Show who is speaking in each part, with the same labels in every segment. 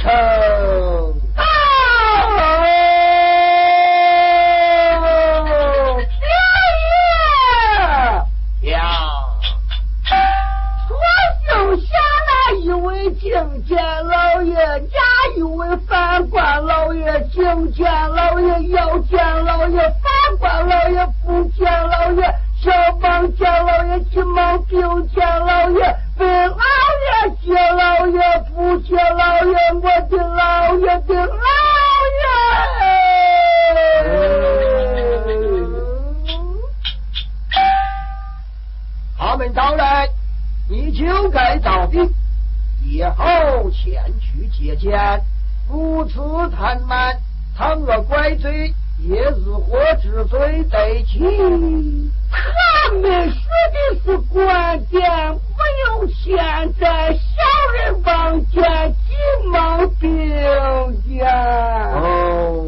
Speaker 1: 成。
Speaker 2: 敬见老爷，家一位法官老爷，敬见老爷，要见老爷，法官老爷不见老爷，小帮见老爷，急忙并见老爷，被老爷接老爷，不接老爷，我的老爷的老爷。
Speaker 1: 他们到来，你就该到底。以后前去接见，如此贪慢，倘若怪罪，也日火之罪得起。
Speaker 2: 他们说的是官店，我有钱在，小人望见，急忙并见。
Speaker 1: 哦，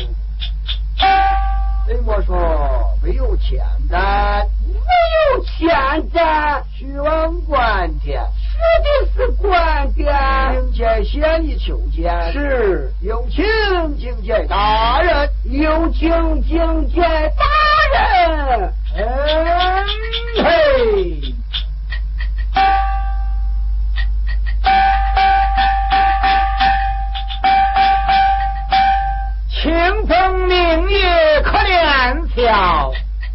Speaker 1: 怎么说没有钱单？
Speaker 2: 没有钱单，
Speaker 1: 去往官店。
Speaker 2: 说的是官店，
Speaker 1: 请见县吏求见。
Speaker 2: 是，
Speaker 1: 有请警戒大人，
Speaker 2: 有请警戒大人。
Speaker 1: 嘿，
Speaker 3: 清风明月可怜瞧，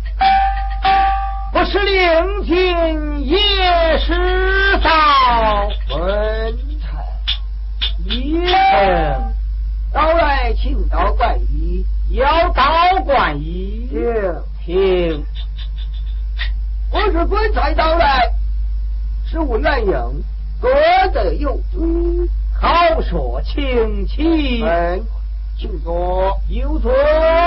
Speaker 3: 不是令君也是道。
Speaker 1: 文才一声，到来请到官仪，
Speaker 3: 要到官仪。听，
Speaker 1: 我是文才到来，是我元英，各得有罪。
Speaker 3: 好说，请起。
Speaker 1: 请坐，
Speaker 3: 有座。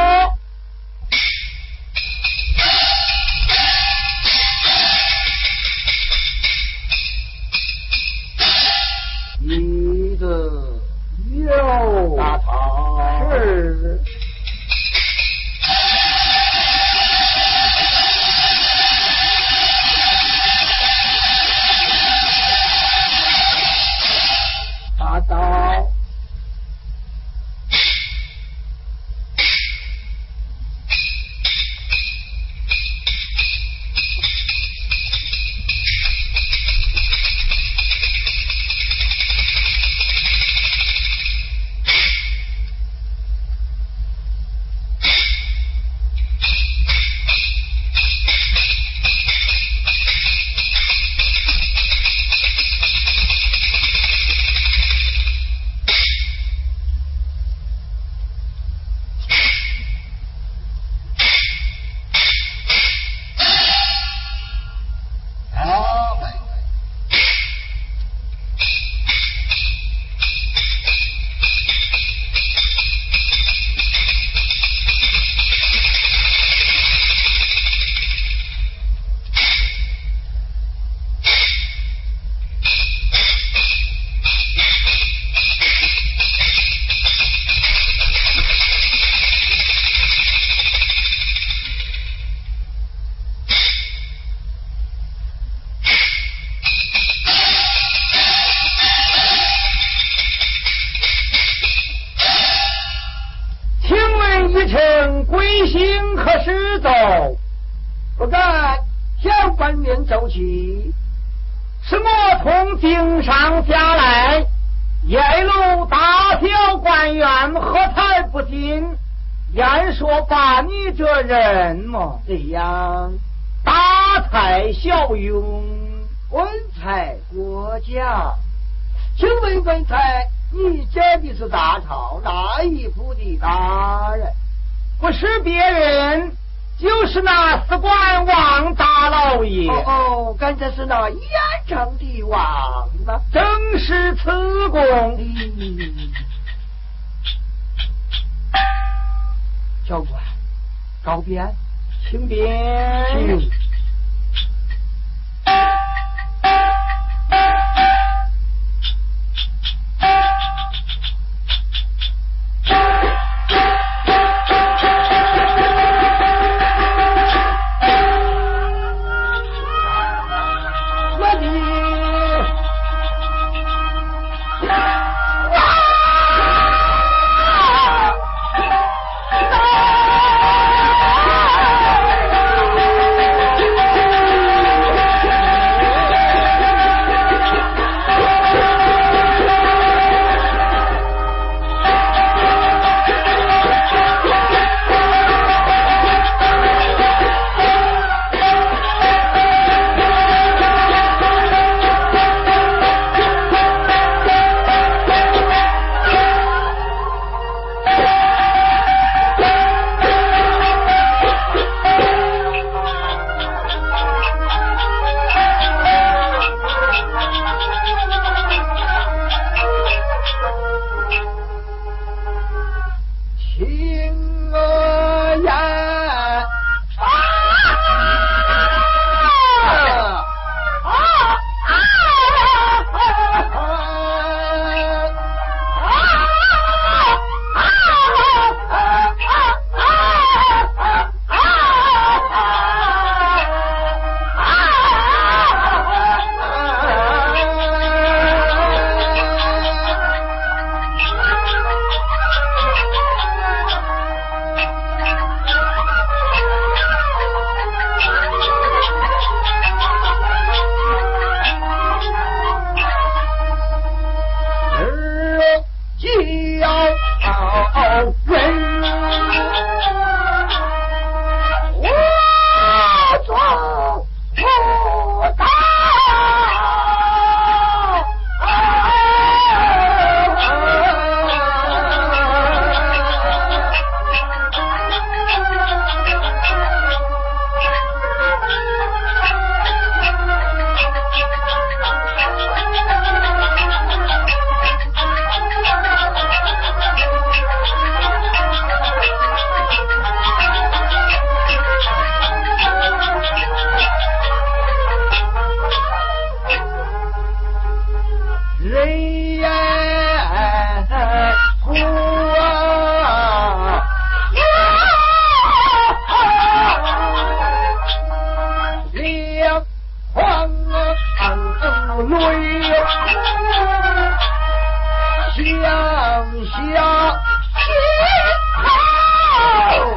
Speaker 1: 椅子
Speaker 2: 有
Speaker 1: 大堂
Speaker 2: 是。
Speaker 1: 大刀。
Speaker 3: 贵姓可是走？
Speaker 1: 不敢向官面走起。
Speaker 3: 是我从京上下来，一路大小官员何才不进？言说把你这人嘛，
Speaker 1: 这样
Speaker 3: 大材小用，
Speaker 1: 文才国家。请问文才，你见的是大朝哪一府的大人？
Speaker 3: 不是别人，就是那司官王大老爷。
Speaker 1: 哦，刚才是那严正的王啊，
Speaker 3: 正是此公。
Speaker 1: 教官，告鞭，
Speaker 3: 请便。
Speaker 1: 请。 降下心头。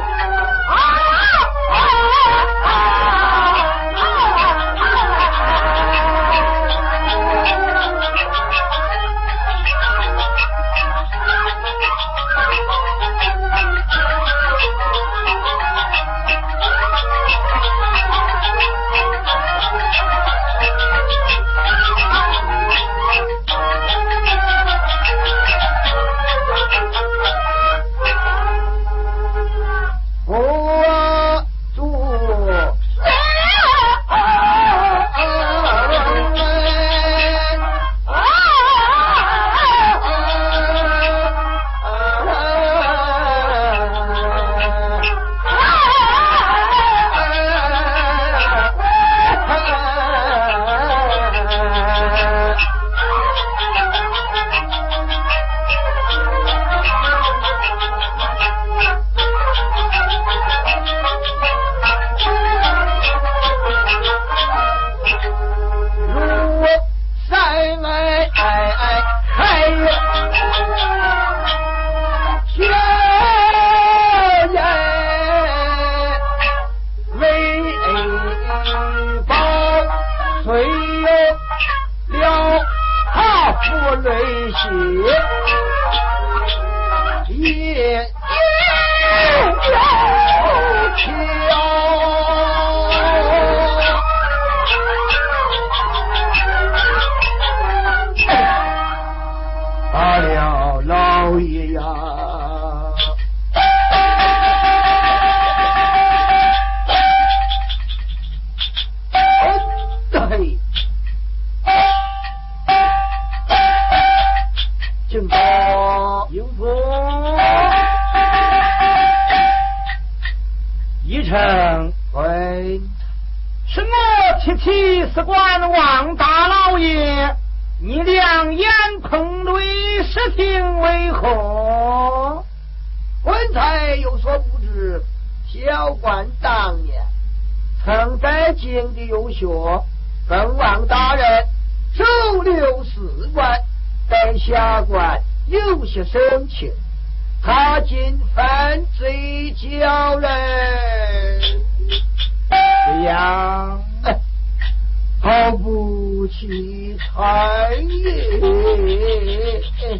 Speaker 3: 司官王大老爷，你两眼碰泪，视听为何？
Speaker 1: 文才有所不知，小官当年曾在京地游学，跟王大人收留司官，待下官有些生情，他今犯罪叫人
Speaker 3: 这样
Speaker 1: 好不起才也。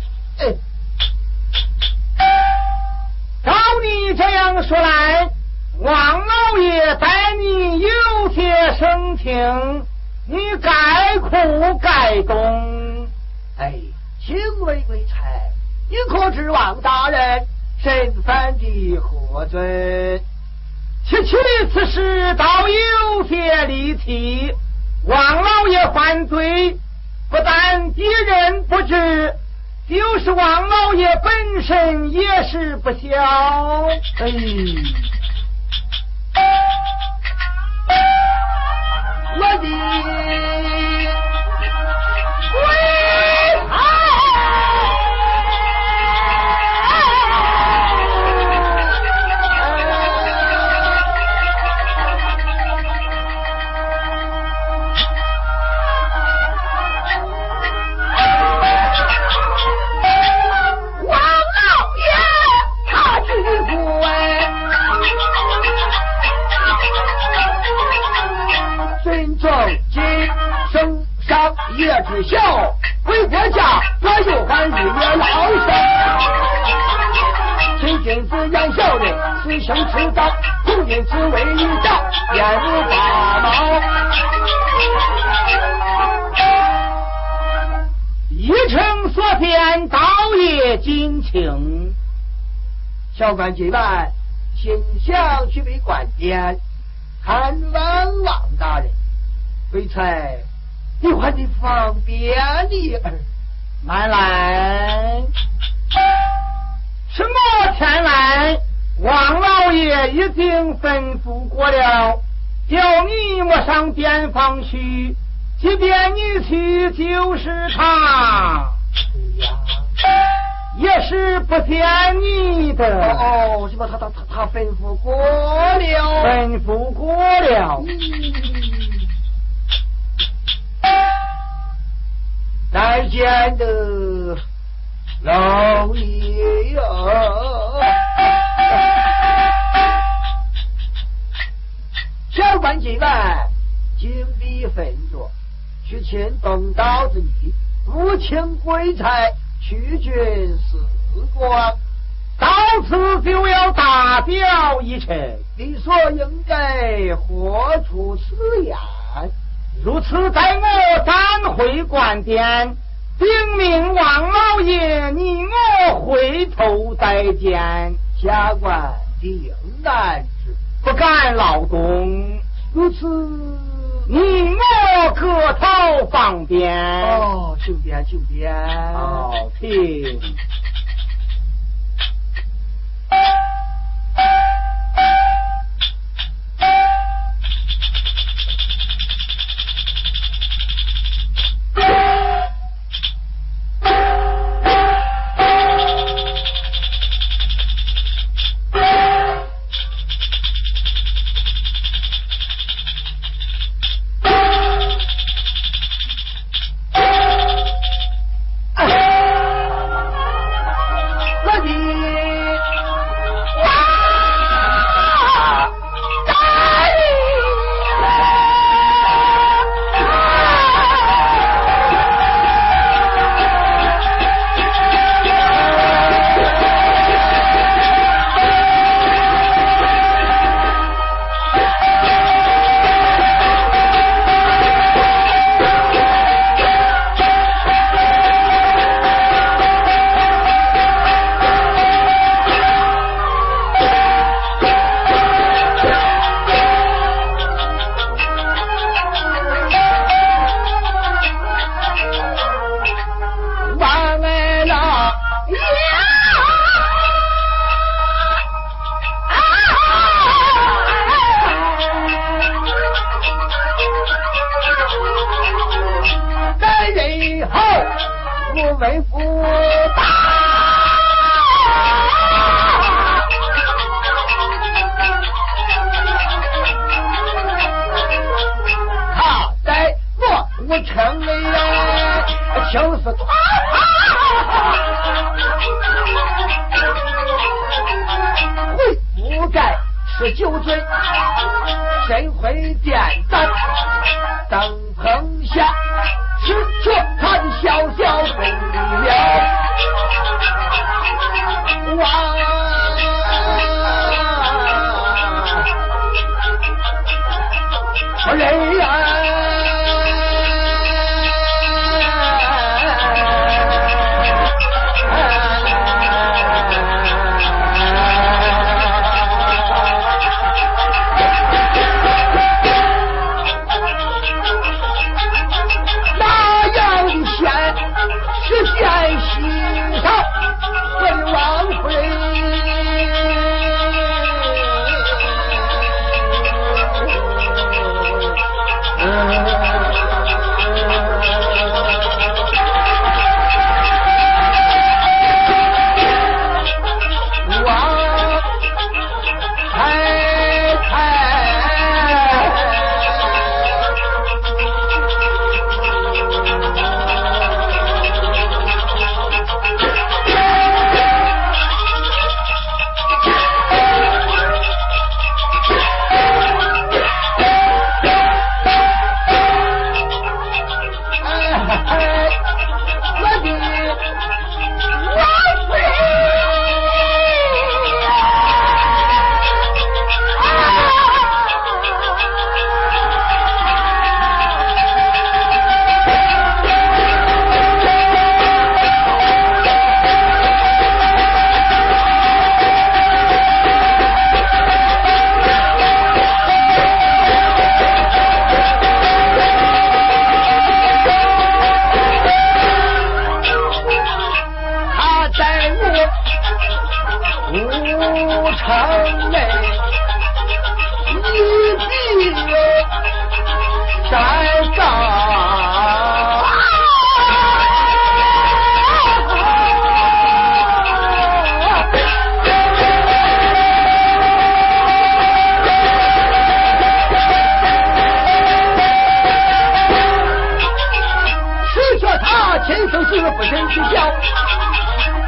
Speaker 3: 照你这样说来，王老爷待你有些生情，你该哭该动。
Speaker 1: 请问贵才，你可知王大人身犯的何罪？
Speaker 3: 其此事倒有些离奇。王老爷犯罪，不但敌人不知，就是王老爷本身也是不晓。
Speaker 1: 我的贵才也知晓，为国家我有干日月老生。秦君子杨小人，死生迟早，孔君子为一道，言无八毛。
Speaker 3: 一城所见，倒也尽情。
Speaker 1: 小官今晚心想去为官殿看望王大人，贵才你还得方便你
Speaker 3: 慢来。什么前来？王老爷已经吩咐过了，叫你莫上边房去，即便你去就是他，也是不见你的。
Speaker 1: 什么他吩咐过了，
Speaker 3: 吩咐过了。
Speaker 1: 再见的老爷呀，小官进来，金笔焚作，去请东道之意，务请归差，去军四光。
Speaker 3: 到此就要大表一陈，
Speaker 1: 理所应该，何出此言？
Speaker 3: 如此，在我展会官殿，禀明王老爷，你我回头再见。
Speaker 1: 下官定难之，
Speaker 3: 不敢劳动。
Speaker 1: 如此，
Speaker 3: 你我各讨方便。
Speaker 1: 哦，请便，请便。
Speaker 3: 好，请。
Speaker 1: 前生是不忍去笑，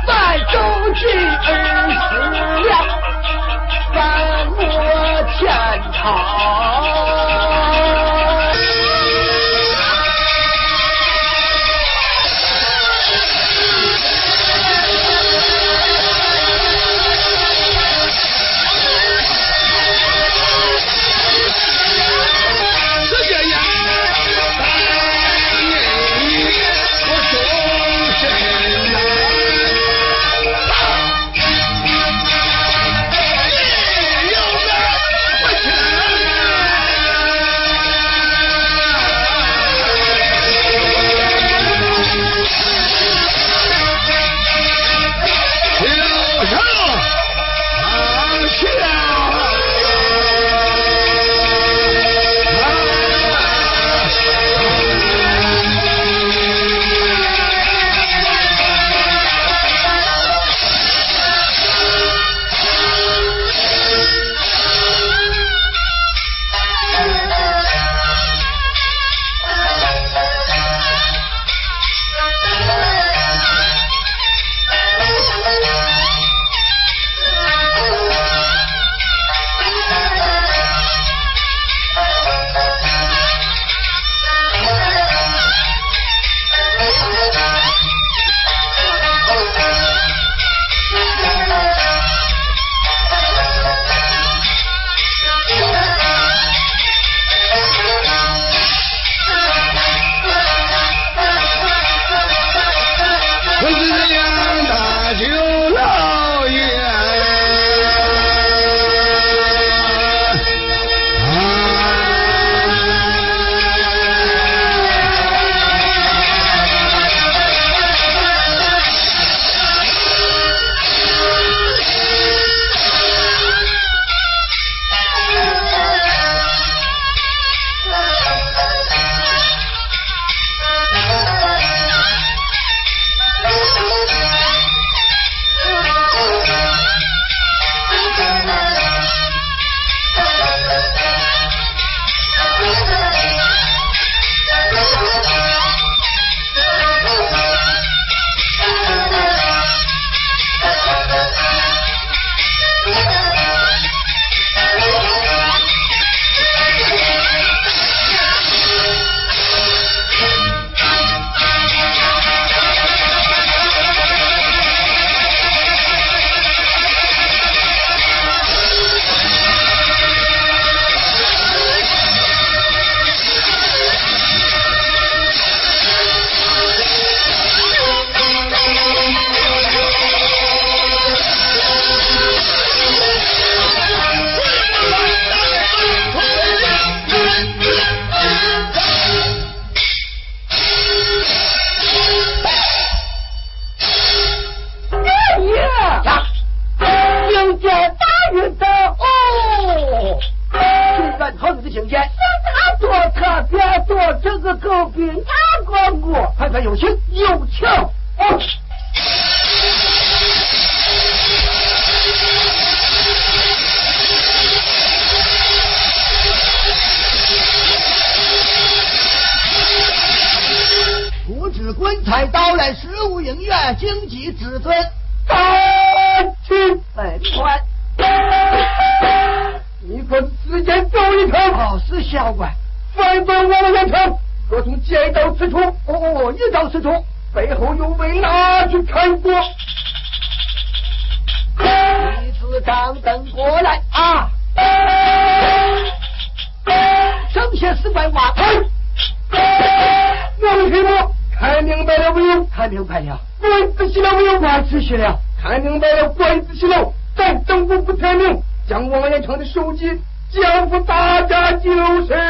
Speaker 2: 看明白了，怪子息怒，再等不太明，将王延昌的首级交付大家就是。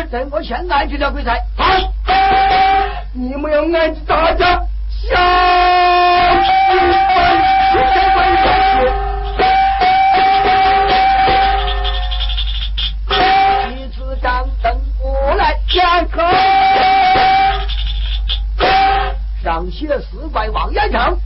Speaker 1: 等我先安置了鬼才。
Speaker 2: 好，你们要安置大家下
Speaker 1: 一次张灯过来
Speaker 2: 下课。
Speaker 1: 上写四怪王延昌，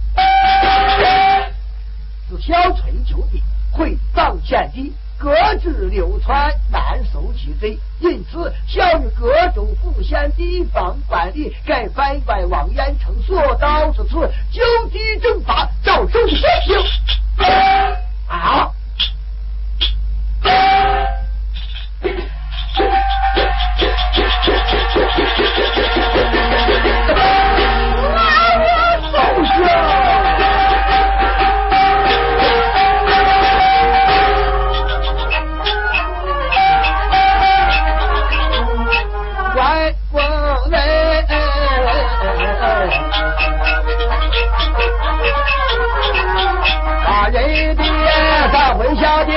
Speaker 1: 自小春秋地，回访献帝，各自流传，难收其罪。因此，小于各州府县地方管理，该反怪王延昌所到之处，就地正法，照手实行。 酒。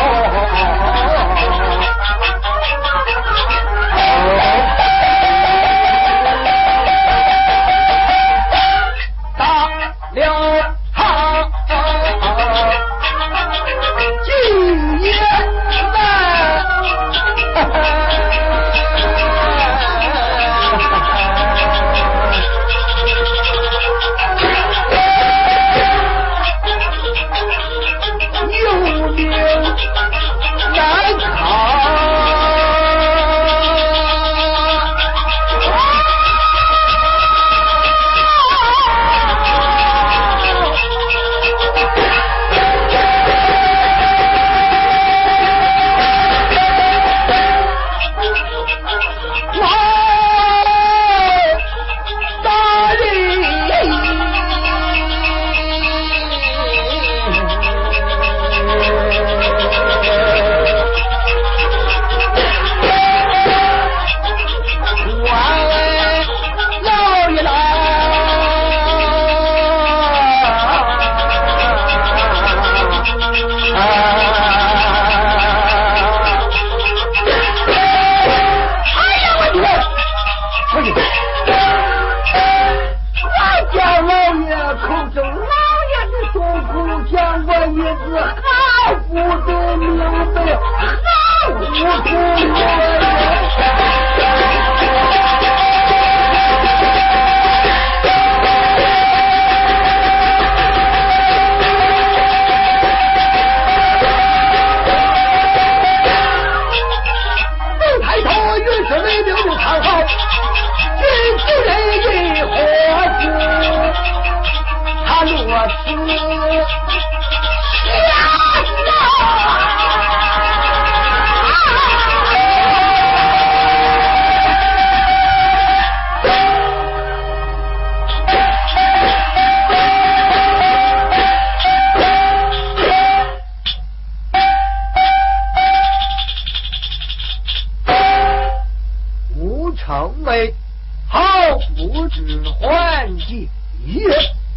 Speaker 1: 成为好不知还击也。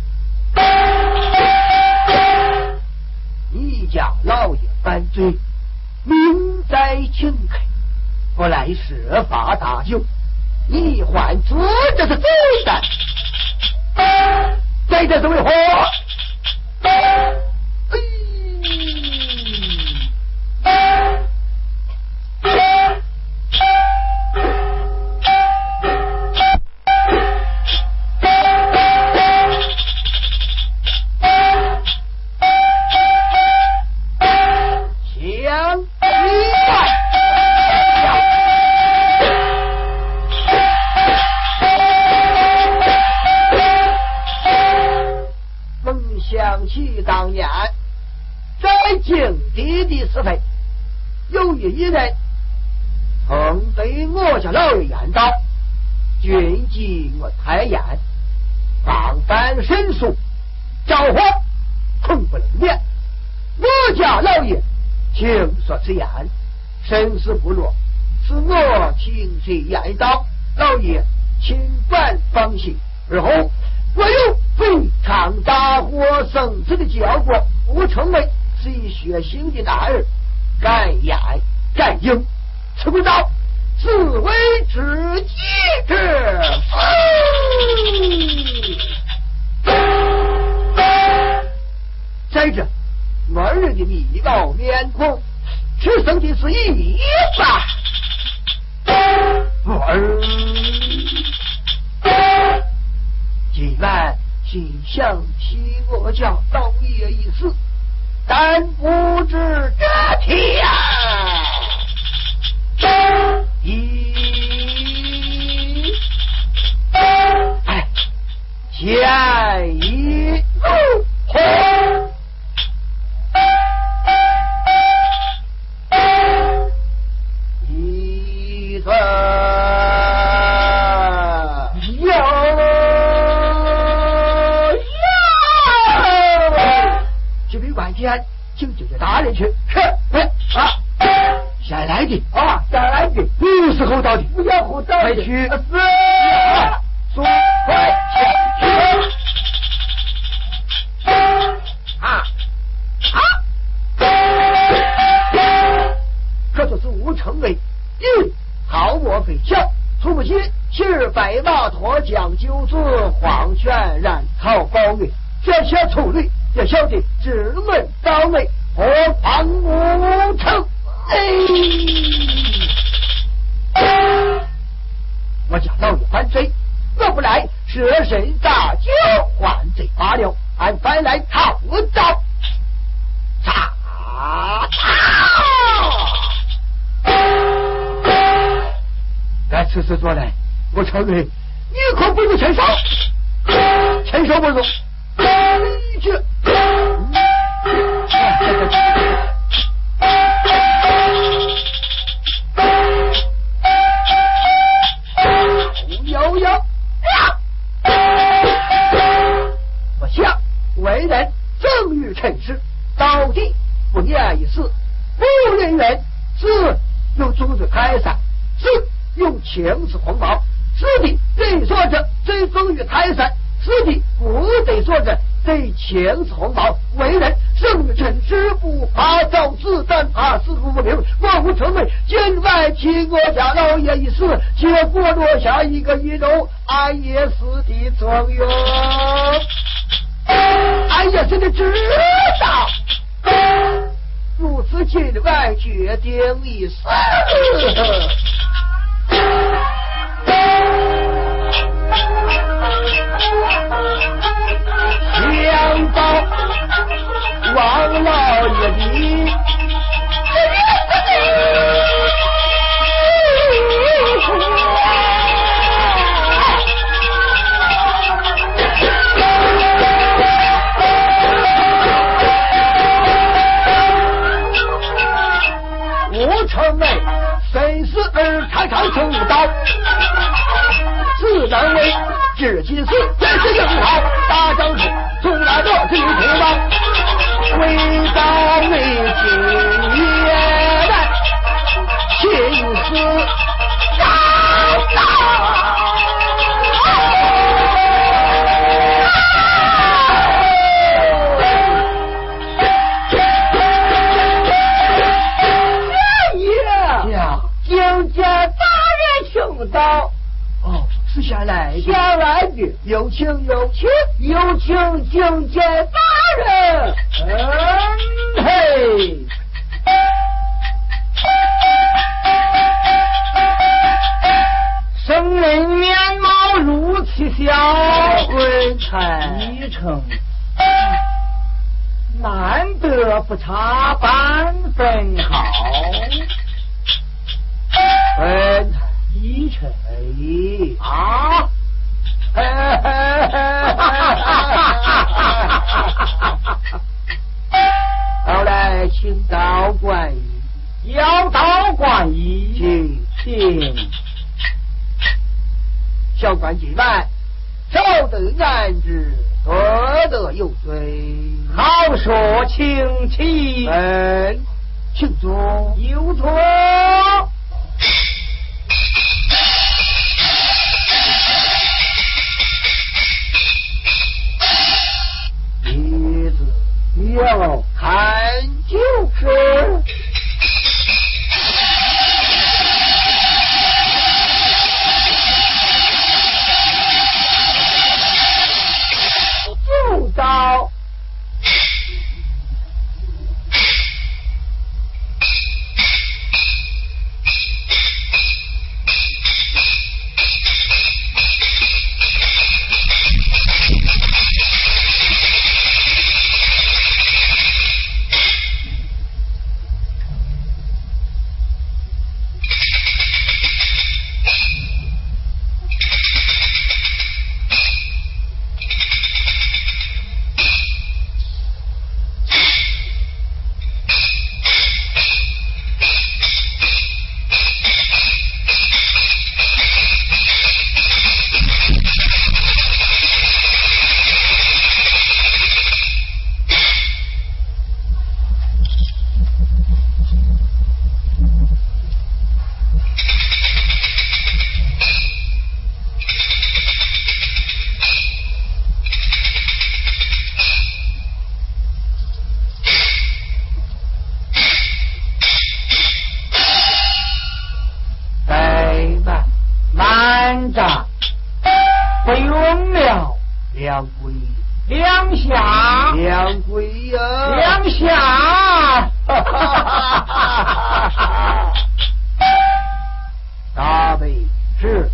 Speaker 1: 你家老爷犯罪，命在请开，不来设法大救，你还做这个罪担，在这为何？想起当年在境地的时分，有一人曾对我家老爷言道：君记我太严，防范申诉，招祸困不能免。我家老爷听说此言，深思不落，是我听谁言道，老爷请管放心，而后我有非常大祸生子的结果，我成为是一血腥的男儿，敢言敢应，此不道自为知己之再者，我儿的密道面孔只剩的是一把，我儿今晚心想替我家老爷一死，但不知这天前一路红一个请解决大人去。是，先来的啊，先来的，不是厚道的，不要厚道的，快去是，速快前去啊啊！ 黑鞘，出不起昔日白马脱缰九子，黄泉染草包月，这些丑女也晓得直门倒霉，何况无成？我家老爷犯罪，我不来舍身大酒还罪罢了，俺反来讨招。来，此事做来，我承认，你可不如牵手，牵手不如。去。有，我想为人正欲尘世，到底不愿意死，不人人是用种子开山，是用情子红毛，是的得说着最终于泰山，是的不得说着对情子红毛，为人生于尘世，不怕遭子弹，怕死无名，我无成为境外替我家老爷一死，结果落下一个遗肉，俺也死的状元，俺也是的知道，如此境外决定一死。想到王老爷的吴成美虽是儿常常称道，自然为至今是真是英豪，大丈夫从来多知头脑，为道为情也难，心思高大。
Speaker 2: 境界大人请到。
Speaker 1: 哦，是下来的，
Speaker 2: 下来的，
Speaker 1: 有请
Speaker 2: 境界大人。
Speaker 1: 嘿，
Speaker 3: 生人面貌如其小，
Speaker 1: 文才
Speaker 3: 一成难得不差半分好。
Speaker 1: 一成
Speaker 3: 啊！
Speaker 1: 后来请到观音，
Speaker 3: 要到观音，
Speaker 1: 请小官今晚稍得安置，何得有罪？
Speaker 3: 好说请起。
Speaker 1: 请坐，
Speaker 3: 有错。
Speaker 1: 鼻子要看就是
Speaker 2: 就到
Speaker 3: 两下，
Speaker 1: 两跪呀，
Speaker 3: 两下，
Speaker 1: 大悲是。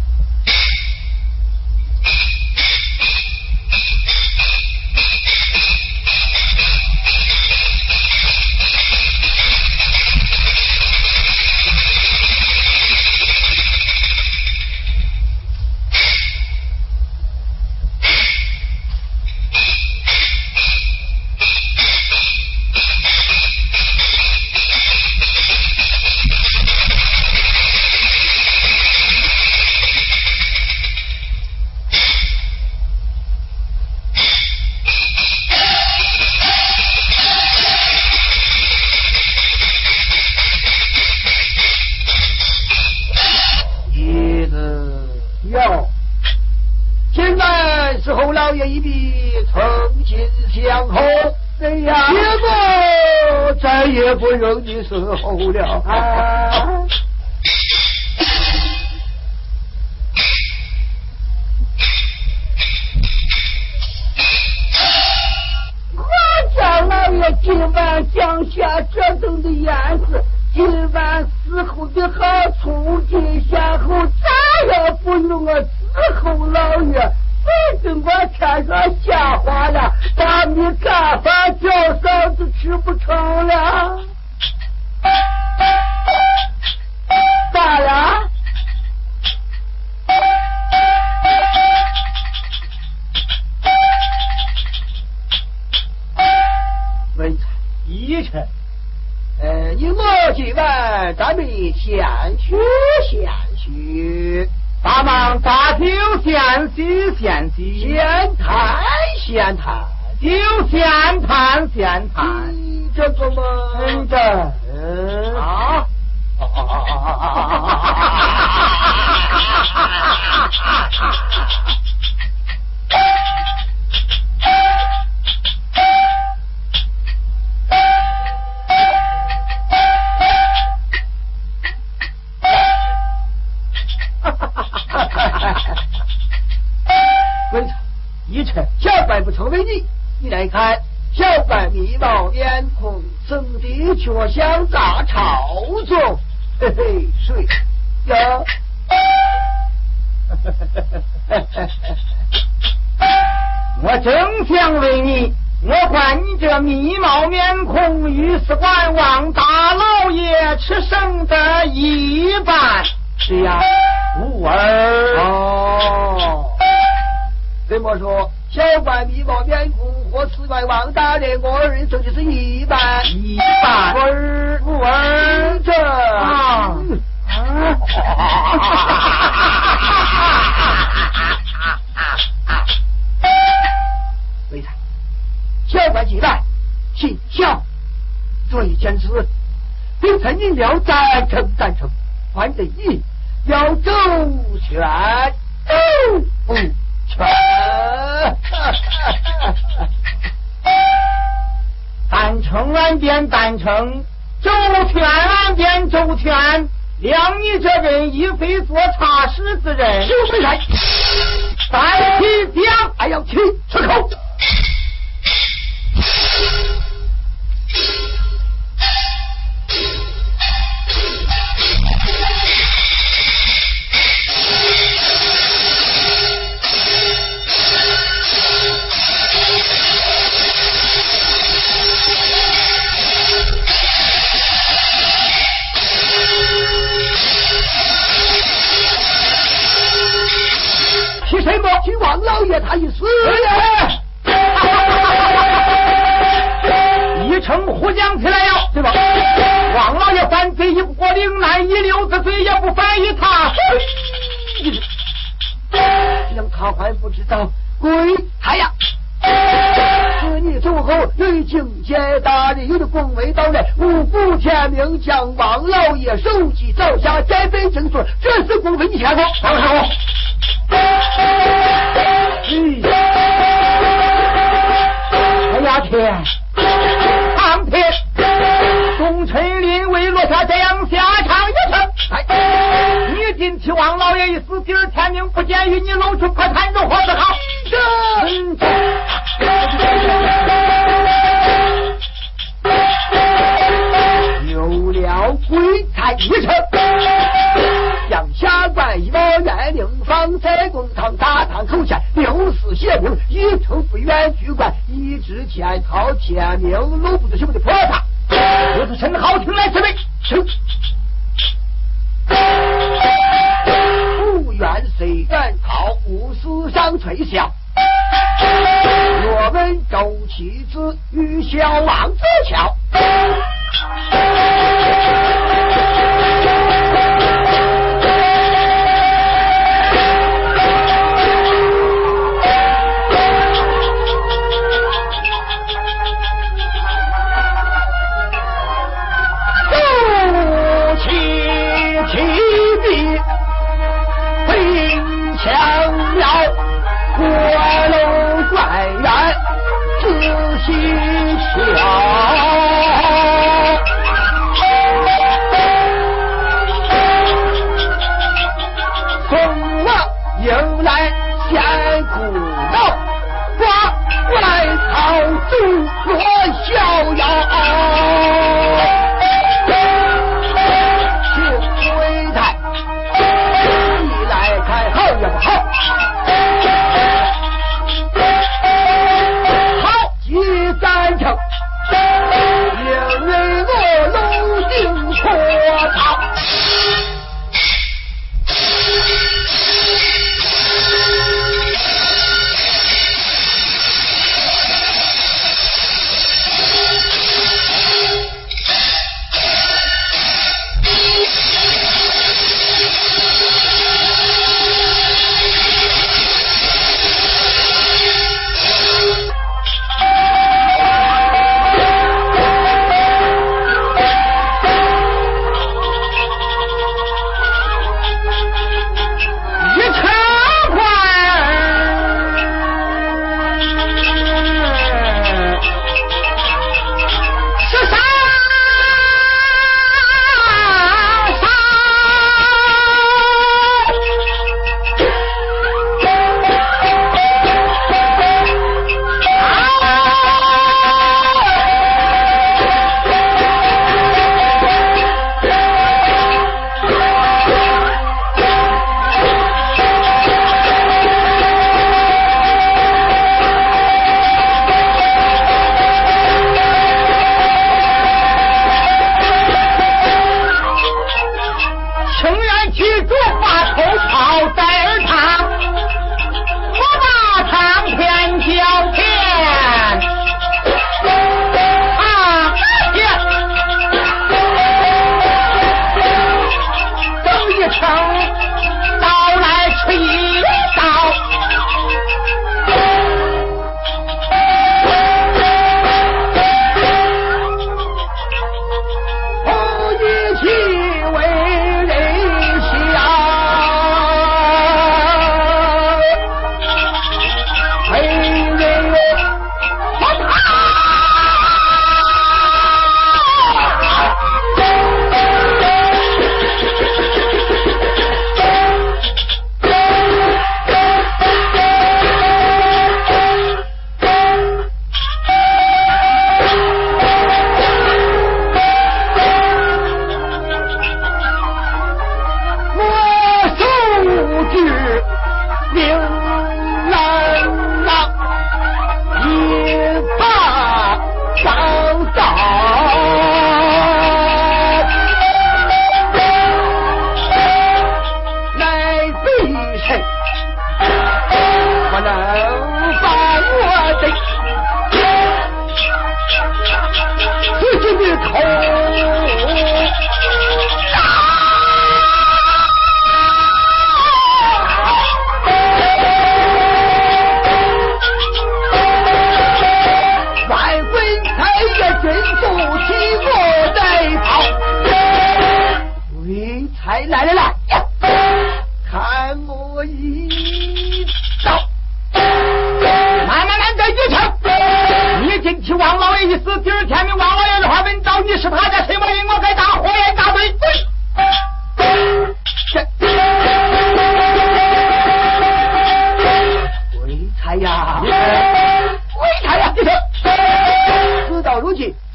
Speaker 1: 侯老爷一笔曾经相候，哎呀，结果再也不容你伺候了啊！
Speaker 2: 我家老爷今晚降下这等的言辞，今晚伺候的好，从今向后再也不用我伺候老爷。别跟我添上瞎话了，把你干饭叫嫂子吃不成了。咋了？
Speaker 1: 文才
Speaker 3: 一臣，
Speaker 1: 你我今晚咱们闲叙闲叙。
Speaker 3: 大忙大酒闲叙闲叙，
Speaker 1: 闲谈闲谈，
Speaker 3: 就闲谈闲谈。
Speaker 1: 这个嘛，
Speaker 3: 啊！
Speaker 1: 文才一臣，小官不曾为你。你来看，小官迷茫面孔，生的却像大朝中。嘿嘿，谁呀？
Speaker 3: 我正想问你，我看你这迷貌面孔，御史官望大老爷吃剩的一半。
Speaker 1: 是呀，
Speaker 3: 吾儿
Speaker 1: 哦，怎么说？小官迷貌面孔，或此外望大人，我儿这就是一半，吾儿这
Speaker 3: 啊。
Speaker 1: 为才，小官既来，请小做一件事，并曾应了赞成，还得意要周全，
Speaker 3: 单称俺便单称，周全俺便周全，谅你这人亦非做差事之人。
Speaker 1: 就回来，
Speaker 3: 单起讲，
Speaker 1: 还要起出口。凭什么去王老爷他已死了？
Speaker 3: 一称胡讲起来了，对吧？王老爷犯罪亦不过岭南一流之罪，也不犯于他。
Speaker 1: 让他还不知道归他呀！自你走后，有警戒大人有的恭维到来，无故天命将王老爷手机凿下，再被正说，这是恭维你前后。
Speaker 3: 哎呀天！苍天！宋春林为落下这样下场一声。你今替王老爷一死，今儿天命不见与你露出，快看如何是好？
Speaker 1: 命鲁不子兄的菩萨，我是陈浩听来之辈，不愿虽然靠无私上垂笑，若闻周妻子与小王子桥。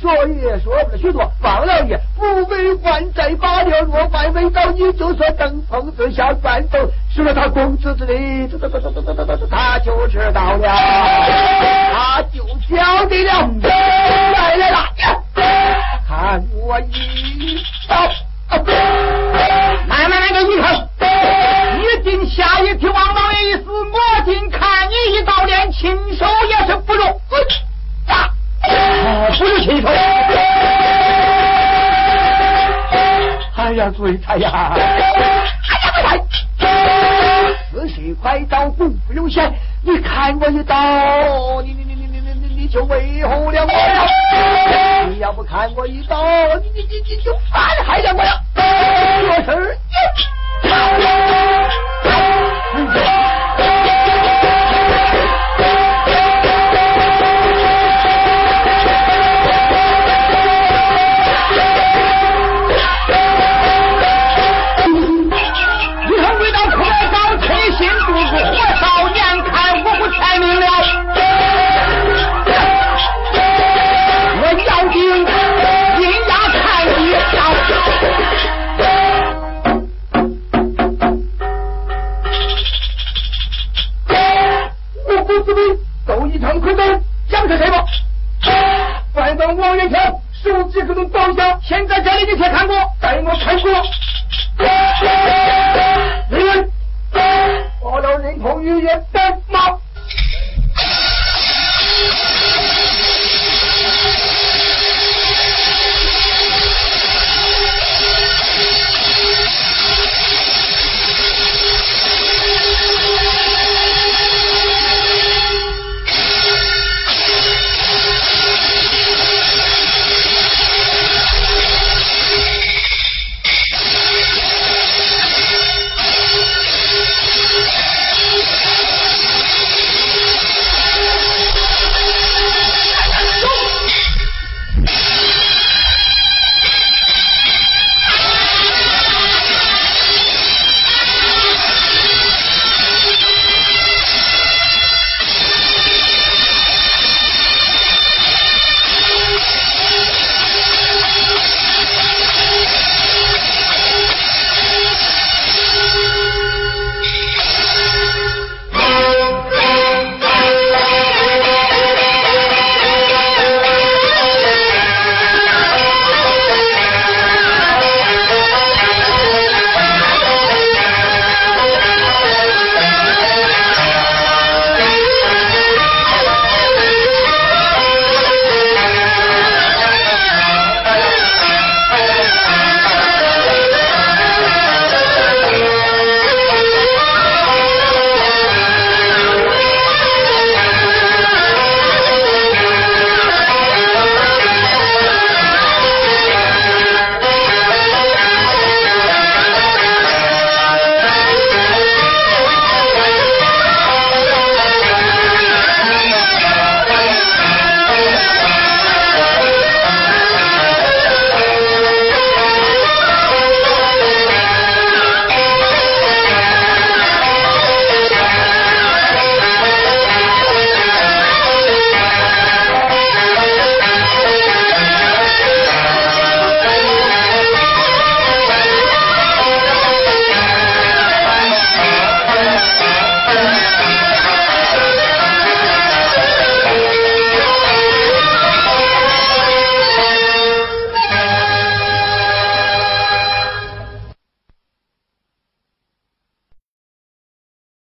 Speaker 1: 昨夜说了许多，王老爷不为还债罢了，若外没到你就说登棚子下转走，失了他公子之礼，他就知道了，他就晓得了。来了，看我一刀！
Speaker 3: 来个一口！一定下一替王老爷一死，我今看你一刀连亲手也是不如。不如亲手！
Speaker 1: 哎呀，嘴才呀！哎呀，死水快刀，不留闲。你看我一刀，你就为后了我了。你要不看我一刀，你就反害了我了。这事都一场空斗，讲是谁吧？快到王元强，手指可能倒下。现在这里你且看过，带我看过。人把了人头语言的马。